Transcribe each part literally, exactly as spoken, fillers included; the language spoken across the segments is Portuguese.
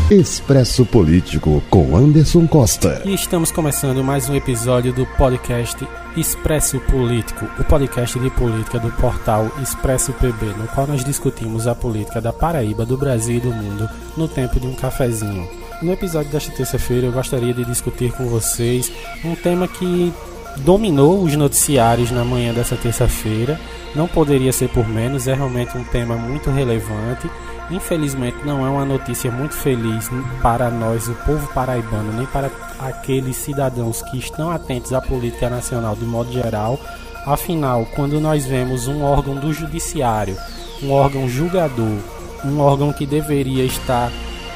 Expresso Político com Anderson Costa. E estamos começando mais um episódio do podcast Expresso Político, o podcast de política do portal Expresso P B, no qual nós discutimos a política da Paraíba, do Brasil e do mundo no tempo de um cafezinho. No episódio desta terça-feira eu gostaria de discutir com vocês um tema que dominou os noticiários na manhã dessa terça-feira. Não poderia ser por menos, é realmente um tema muito relevante. Infelizmente não é uma notícia muito feliz para nós, o povo paraibano, nem para aqueles cidadãos que estão atentos à política nacional de modo geral. Afinal, quando nós vemos um órgão do judiciário, um órgão julgador, um órgão que deveria estar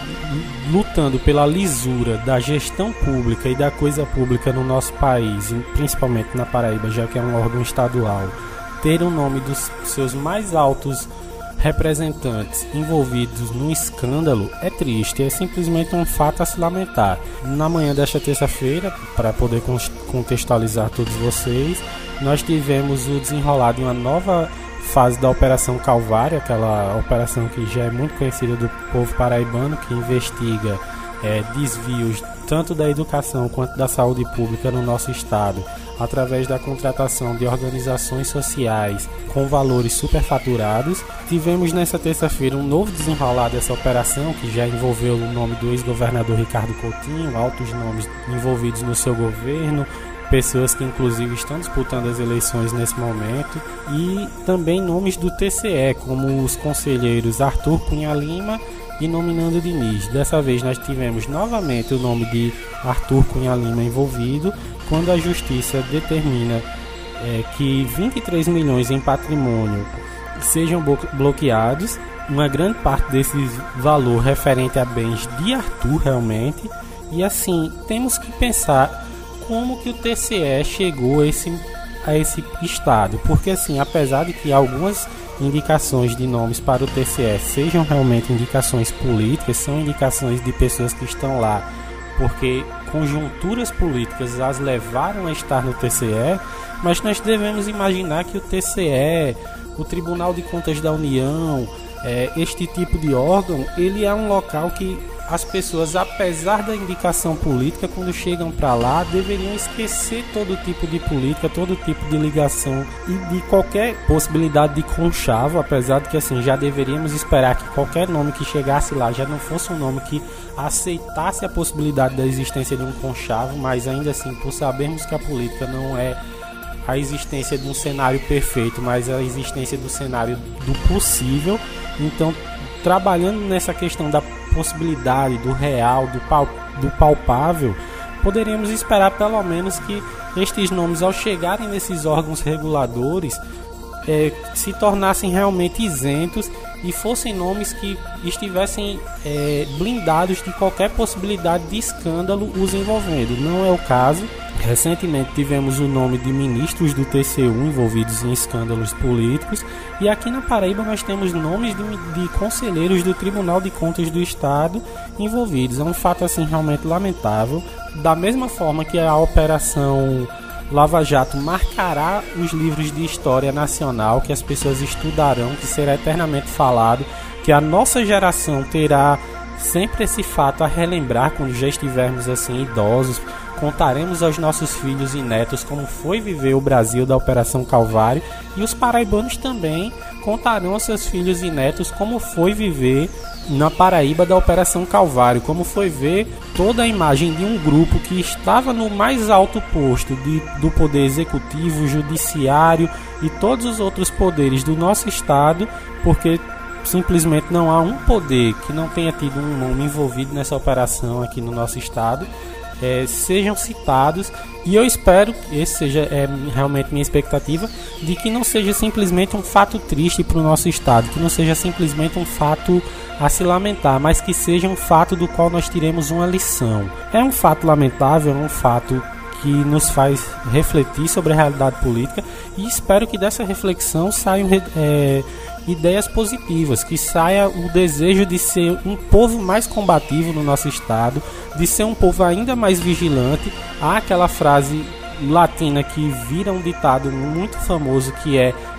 lutando pela lisura da gestão pública e da coisa pública no nosso país, principalmente na Paraíba, já que é um órgão estadual, ter o nome dos seus mais altos representantes envolvidos no escândalo é triste, é simplesmente um fato a se lamentar. Na manhã desta terça-feira, para poder contextualizar todos vocês, nós tivemos o desenrolar de uma nova fase da Operação Calvário, aquela operação que já é muito conhecida do povo paraibano, que investiga é, desvios tanto da educação quanto da saúde pública no nosso estado, através da contratação de organizações sociais com valores superfaturados. Tivemos nessa terça-feira um novo desenrolar dessa operação, que já envolveu o nome do ex-governador Ricardo Coutinho, altos nomes envolvidos no seu governo, pessoas que inclusive estão disputando as eleições nesse momento, e também nomes do T C E, como os conselheiros Arthur Cunha Lima e Nominando Diniz. Dessa vez nós tivemos novamente o nome de Arthur Cunha Lima envolvido, quando a justiça determina é, que vinte e três milhões em patrimônio sejam bloqueados, uma grande parte desse valor referente a bens de Arthur realmente. E assim, temos que pensar como que o T C E chegou a esse, a esse estado, porque assim, apesar de que algumas indicações de nomes para o T C E sejam realmente indicações políticas, são indicações de pessoas que estão lá porque conjunturas políticas as levaram a estar no T C E, mas nós devemos imaginar que o T C E, o Tribunal de Contas da União, é, este tipo de órgão, ele é um local que as pessoas, apesar da indicação política, quando chegam para lá, deveriam esquecer todo tipo de política, todo tipo de ligação e de qualquer possibilidade de conchavo, apesar de que assim, já deveríamos esperar que qualquer nome que chegasse lá já não fosse um nome que aceitasse a possibilidade da existência de um conchavo, mas ainda assim, por sabermos que a política não é a existência de um cenário perfeito, mas a existência do cenário do possível, então trabalhando nessa questão da possibilidade, do real, do, pal, do palpável, poderíamos esperar pelo menos que estes nomes, ao chegarem nesses órgãos reguladores, é, se tornassem realmente isentos e fossem nomes que estivessem é, blindados de qualquer possibilidade de escândalo os envolvendo. Não é o caso. Recentemente tivemos o nome de ministros do T C U envolvidos em escândalos políticos, e aqui na Paraíba nós temos nomes de, de conselheiros do Tribunal de Contas do Estado envolvidos. É um fato assim realmente lamentável. Da mesma forma que a Operação Lava Jato marcará os livros de história nacional, que as pessoas estudarão, que será eternamente falado, que a nossa geração terá sempre esse fato a relembrar quando já estivermos assim idosos. Contaremos aos nossos filhos e netos como foi viver o Brasil da Operação Calvário, e os paraibanos também contarão aos seus filhos e netos como foi viver na Paraíba da Operação Calvário, como foi ver toda a imagem de um grupo que estava no mais alto posto de, do poder executivo, judiciário e todos os outros poderes do nosso estado, porque simplesmente não há um poder que não tenha tido um nome envolvido nessa operação aqui no nosso estado. É, sejam citados, e eu espero que esse seja é, realmente minha expectativa, de que não seja simplesmente um fato triste para o nosso estado, que não seja simplesmente um fato a se lamentar, mas que seja um fato do qual nós tiremos uma lição. É um fato lamentável, é um fato que nos faz refletir sobre a realidade política, e espero que dessa reflexão saiam é, ideias positivas, que saia o desejo de ser um povo mais combativo no nosso estado, de ser um povo ainda mais vigilante. Há aquela frase latina que vira um ditado muito famoso, que é: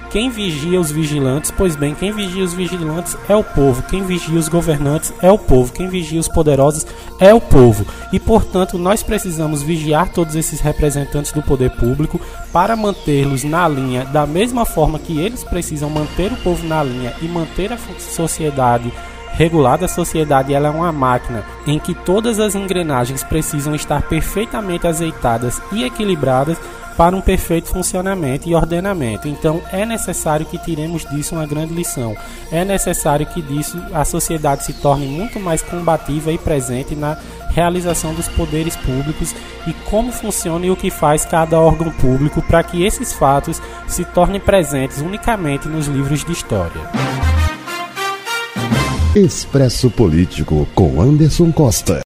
Quem vigia os vigilantes? Pois bem, quem vigia os vigilantes é o povo. Quem vigia os governantes é o povo. Quem vigia os poderosos é o povo. E, portanto, nós precisamos vigiar todos esses representantes do poder público para mantê-los na linha da mesma forma que eles precisam manter o povo na linha e manter a sociedade regulada. A sociedade ela é uma máquina em que todas as engrenagens precisam estar perfeitamente azeitadas e equilibradas para um perfeito funcionamento e ordenamento. Então é necessário que tiremos disso uma grande lição. É necessário que disso a sociedade se torne muito mais combativa e presente na realização dos poderes públicos e como funciona e o que faz cada órgão público para que esses fatos se tornem presentes unicamente nos livros de história. Expresso Político com Anderson Costa.